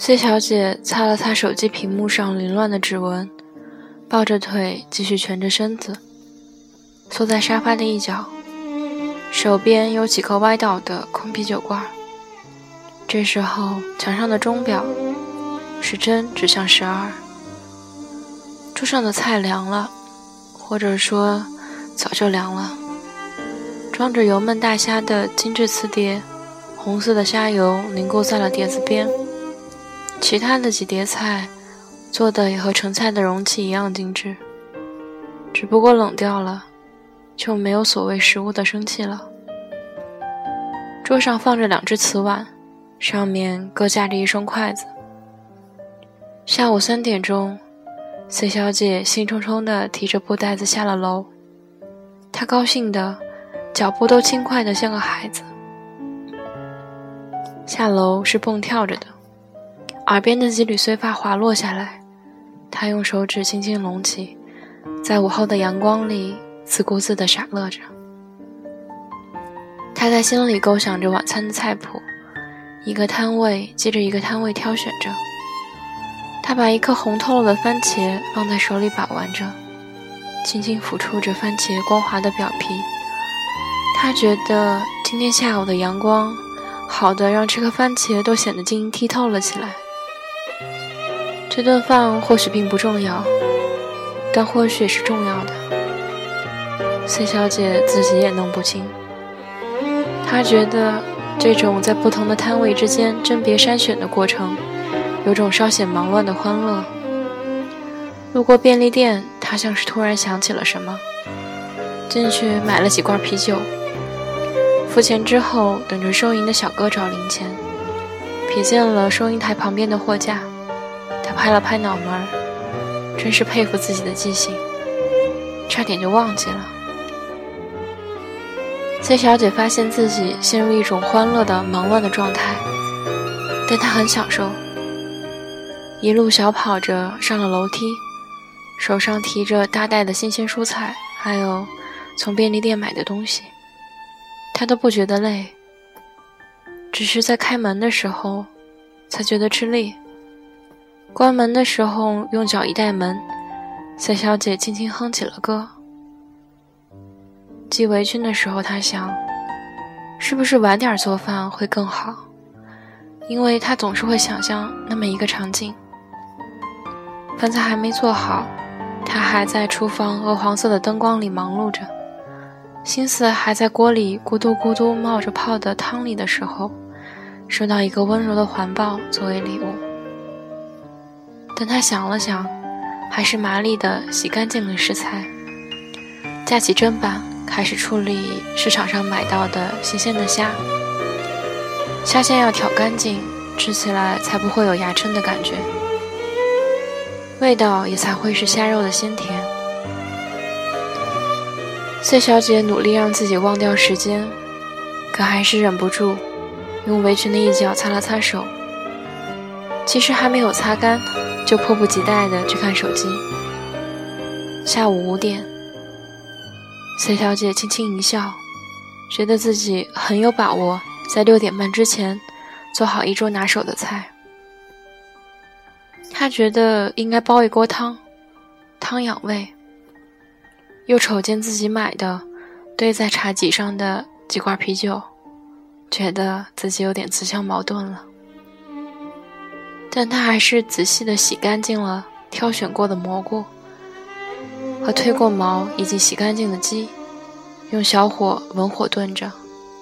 C 小姐擦了擦手机屏幕上凌乱的指纹，抱着腿继续蜷着身子，缩在沙发的一角，手边有几个歪倒的空啤酒罐。这时候墙上的钟表时针指向12，桌上的菜凉了，或者说早就凉了。装着油焖大虾的精致瓷碟，红色的虾油凝固在了碟子边，其他的几碟菜做的也和盛菜的容器一样精致，只不过冷掉了，就没有所谓食物的生气了。桌上放着2只瓷碗，上面各架着一双筷子。下午3点钟，C 小姐兴冲冲地提着布袋子下了楼，她高兴的脚步都轻快的像个孩子。下楼是蹦跳着的，耳边的几缕碎发滑落下来，她用手指轻轻拢起，在午后的阳光里自顾自地傻乐着。她在心里构想着晚餐的菜谱，一个摊位接着一个摊位挑选着。她把一颗红透了的番茄放在手里把玩着，轻轻抚触着番茄光滑的表皮。她觉得今天下午的阳光好的让这颗番茄都显得晶莹剔透了起来。这顿饭或许并不重要，但或许也是重要的。C 小姐自己也弄不清，她觉得这种在不同的摊位之间甄别筛选的过程有种稍显忙乱的欢乐。路过便利店，她像是突然想起了什么，进去买了几罐啤酒。付钱之后，等着收银的小哥找零钱，瞥见了收银台旁边的货架，他拍了拍脑门，真是佩服自己的记性，差点就忘记了。C 小姐发现自己陷入一种欢乐的忙乱的状态，但她很享受。一路小跑着上了楼梯，手上提着大袋的新鲜蔬菜，还有从便利店买的东西，她都不觉得累，只是在开门的时候才觉得吃力。关门的时候用脚一带门，C 小姐轻轻哼起了歌。系围裙的时候，她想，是不是晚点做饭会更好？因为她总是会想象那么一个场景：饭菜还没做好，她还在厨房鹅黄色的灯光里忙碌着，心思还在锅里咕嘟咕嘟冒着泡的汤里的时候，收到一个温柔的环抱作为礼物。但她想了想，还是麻利地洗干净了食材，架起砧板开始处理市场上买到的新鲜的虾。虾线要挑干净，吃起来才不会有牙碜的感觉，味道也才会是虾肉的鲜甜。C 小姐努力让自己忘掉时间，可还是忍不住用围裙的一角擦了擦手。其实还没有擦干，就迫不及待地去看手机。下午5点，C 小姐轻轻一笑，觉得自己很有把握在6点半之前做好一桌拿手的菜。她觉得应该煲一锅汤，汤养胃。又瞅见自己买的堆在茶几上的几罐啤酒，觉得自己有点自相矛盾了。但她还是仔细地洗干净了挑选过的蘑菇和褪过毛以及洗干净的鸡，用小火文火炖着，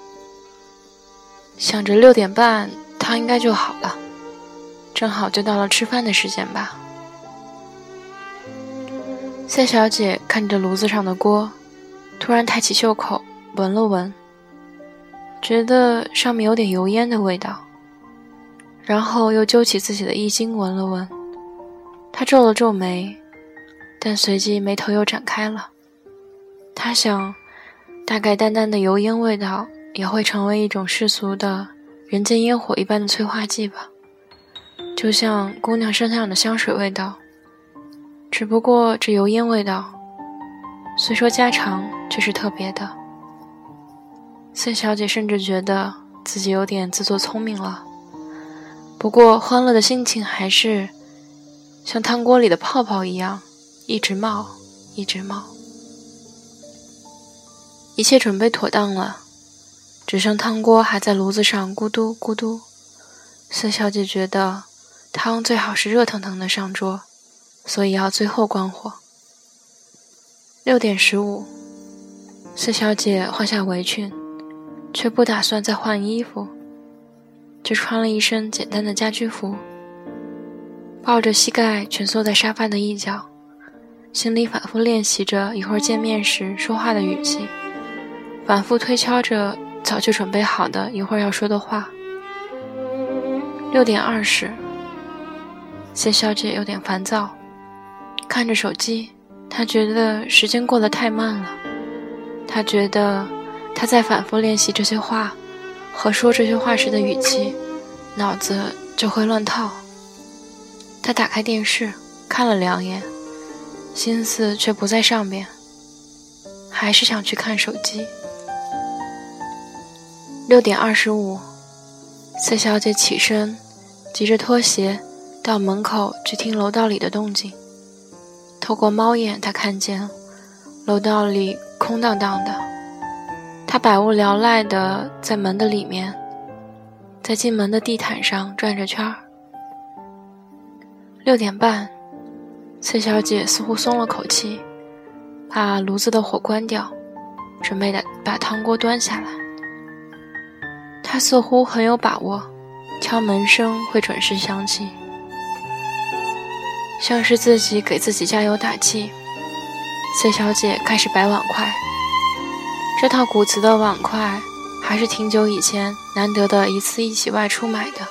想着6点半汤应该就好了，正好就到了吃饭的时间吧。C 小姐看着炉子上的锅，突然抬起袖口闻了闻，觉得上面有点油烟的味道，然后又揪起自己的衣襟闻了闻。她皱了皱眉，但随即眉头又展开了。她想，大概淡淡的油烟味道也会成为一种世俗的人间烟火一般的催化剂吧，就像姑娘身上的香水味道。只不过这油烟味道虽说家常，却是特别的。C 小姐甚至觉得自己有点自作聪明了， 不过欢乐的心情还是像汤锅里的泡泡一样，一直冒，一直冒。一切准备妥当了，只剩汤锅还在炉子上咕嘟咕嘟。四小姐觉得汤最好是热腾腾的上桌，所以要最后关火。6点15，四小姐换下围裙，却不打算再换衣服，只穿了一身简单的家居服，抱着膝盖蜷缩在沙发的一角，心里反复练习着一会儿见面时说话的语气，反复推敲着早就准备好的一会儿要说的话。6点20，谢小姐有点烦躁，看着手机，她觉得时间过得太慢了。她觉得她在反复练习这些话和说这些话时的语气，脑子就会乱套。她打开电视看了2眼，心思却不在上边，还是想去看手机。6点25，四小姐起身，急着脱鞋到门口去听楼道里的动静。透过猫眼，她看见楼道里空荡荡的，她百无聊赖地在门的里面，在进门的地毯上转着圈儿。6点半，四小姐似乎松了口气，把炉子的火关掉，准备把汤锅端下来。她似乎很有把握，敲门声会准时响起，像是自己给自己加油打气。四小姐开始摆碗筷，这套古瓷的碗筷还是挺久以前难得的一次一起外出买的。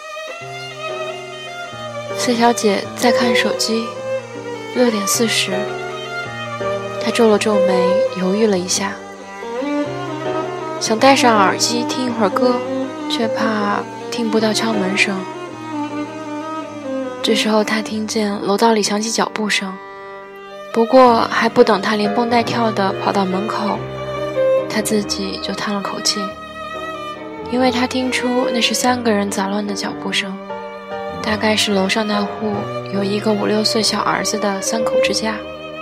四小姐在看手机。6点40，她皱了皱眉，犹豫了一下，想戴上耳机听一会儿歌，却怕听不到敲门声。这时候她听见楼道里响起脚步声，不过还不等她连蹦带跳地跑到门口，她自己就叹了口气，因为她听出那是3个人杂乱的脚步声，大概是楼上那户有一个5、6岁小儿子的3口之家。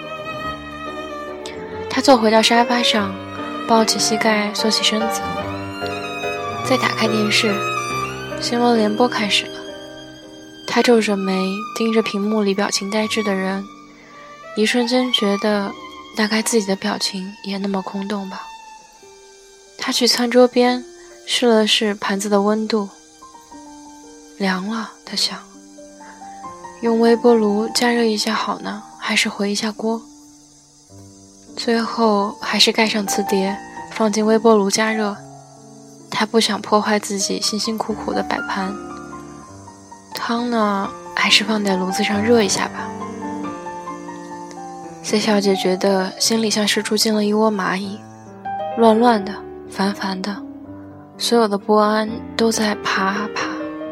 她坐回到沙发上，抱起膝盖，缩起身子，再打开电视，新闻联播开始了。她皱着眉盯着屏幕里表情呆滞的人，一瞬间觉得大概自己的表情也那么空洞吧。她去餐桌边试了试盘子的温度，凉了，她想，用微波炉加热一下好呢，还是回一下锅？最后还是盖上瓷碟，放进微波炉加热。她不想破坏自己辛辛苦苦的摆盘。汤呢，还是放在炉子上热一下吧。谢小姐觉得心里像是住进了一窝蚂蚁，乱乱的，烦烦的，所有的不安都在爬啊爬。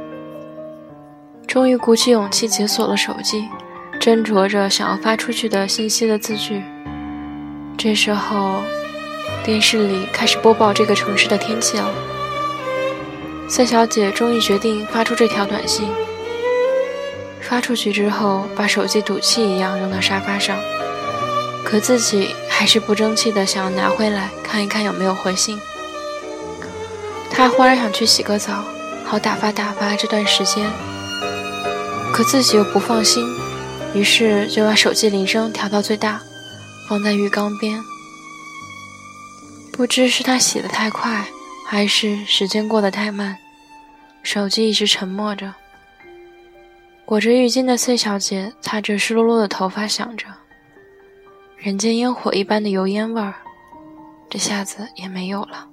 终于鼓起勇气解锁了手机，斟酌着想要发出去的信息的字句。这时候电视里开始播报这个城市的天气了。四小姐终于决定发出这条短信。发出去之后，把手机赌气一样扔到沙发上，可自己还是不争气的想要拿回来看一看有没有回信。她忽然想去洗个澡，好打发这段时间，可自己又不放心，于是就把手机铃声调到最大，放在浴缸边。不知是她洗得太快，还是时间过得太慢，手机一直沉默着。裹着浴巾的四小姐擦着湿漉漉的头发，想着人间烟火一般的油烟味儿，这下子也没有了。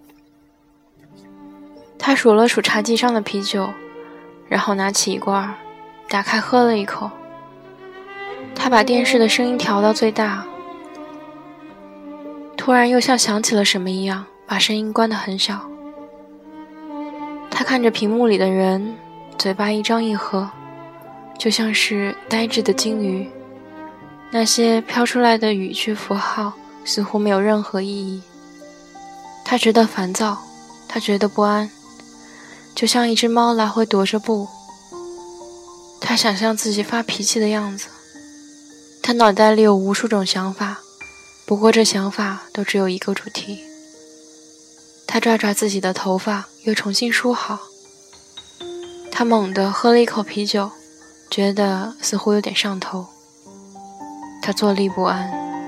她数了数茶几上的啤酒，然后拿起一罐，打开喝了一口。她把电视的声音调到最大，突然又像想起了什么一样，把声音关得很小。她看着屏幕里的人，嘴巴一张一合，就像是呆滞的鲸鱼，那些飘出来的语句符号似乎没有任何意义。他觉得烦躁，他觉得不安，就像一只猫来回踱着步， 她想象自己发脾气的样子，她脑袋里有无数种想法，不过这想法都只有一个主题。她抓抓自己的头发，又重新梳好。她猛地喝了一口啤酒，觉得似乎有点上头。她坐立不安，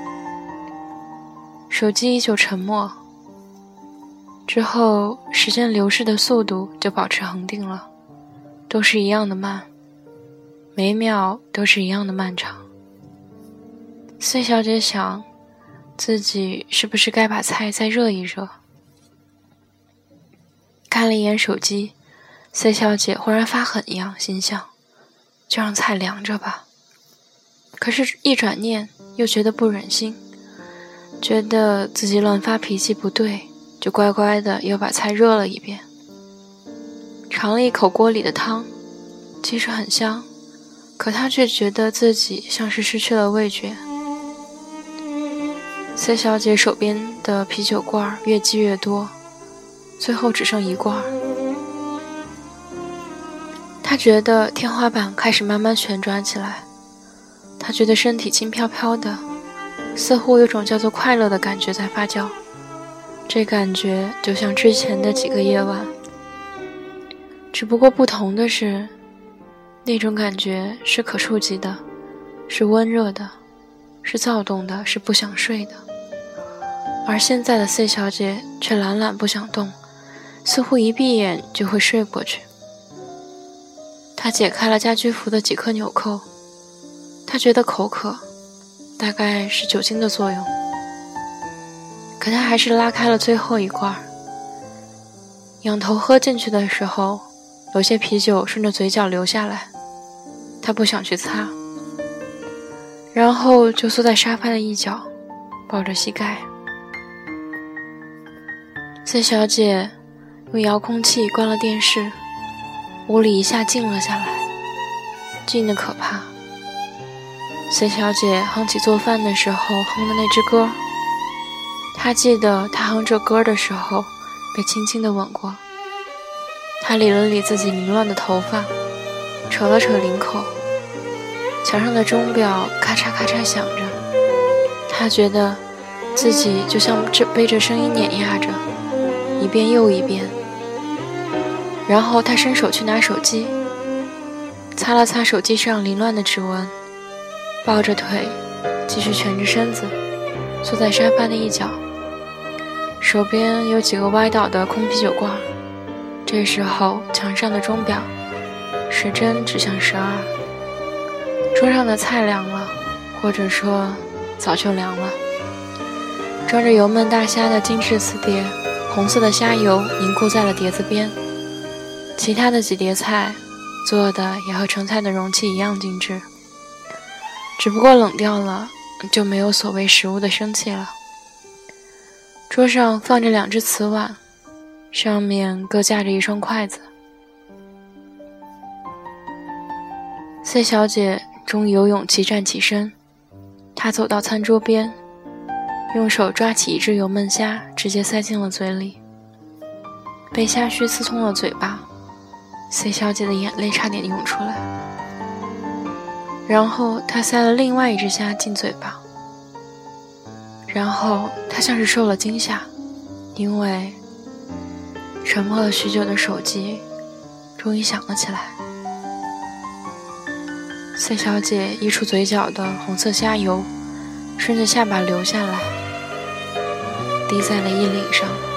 手机依旧沉默。之后时间流逝的速度就保持恒定了，都是一样的慢，每秒都是一样的漫长。C 小姐想，自己是不是该把菜再热一热？看了一眼手机， C 小姐忽然发狠一样，心想，就让菜凉着吧。可是一转念又觉得不忍心，觉得自己乱发脾气不对，就乖乖的又把菜热了一遍。尝了一口锅里的汤，其实很香，可她却觉得自己像是失去了味觉。C 小姐手边的啤酒罐越积越多，最后只剩一罐。她觉得天花板开始慢慢旋转起来，她觉得身体轻飘飘的，似乎有种叫做快乐的感觉在发酵。这感觉就像之前的几个夜晚，只不过不同的是，那种感觉是可触及的，是温热的，是躁动的，是不想睡的。而现在的 C 小姐却懒懒不想动，似乎一闭眼就会睡过去。她解开了家居服的几颗纽扣，她觉得口渴，大概是酒精的作用。可她还是拉开了最后一罐，仰头喝进去的时候，有些啤酒顺着嘴角流下来，她不想去擦，然后就缩在沙发的一角，抱着膝盖。C 小姐用遥控器关了电视，屋里一下静了下来，静得可怕。C 小姐哼起做饭的时候哼的那支歌，她记得她哼这歌的时候被轻轻地吻过。她理了理自己凌乱的头发，扯了扯领口，墙上的钟表咔嚓咔嚓响着，她觉得自己就像被这声音碾压着，一遍又一遍。然后她伸手去拿手机，擦了擦手机上凌乱的指纹，抱着腿继续蜷着身子坐在沙发的一角，手边有几个歪倒的空啤酒罐。这时候墙上的钟表时针指向12，桌上的菜凉了，或者说早就凉了。装着油焖大虾的精致瓷碟，红色的虾油凝固在了碟子边，其他的几碟菜做的也和盛菜的容器一样精致，只不过冷掉了，就没有所谓食物的生气了。桌上放着2只瓷碗，上面各架着一双筷子。C 小姐终于有勇气站起身，她走到餐桌边，用手抓起一只油焖虾，直接塞进了嘴里。被虾须刺痛了嘴巴， C 小姐的眼泪差点涌出来。然后她塞了另外一只虾进嘴巴，然后她像是受了惊吓，因为沉默了许久的手机终于响了起来。C 小姐溢出嘴角的红色虾油顺着下巴流下来，滴在了衣领上。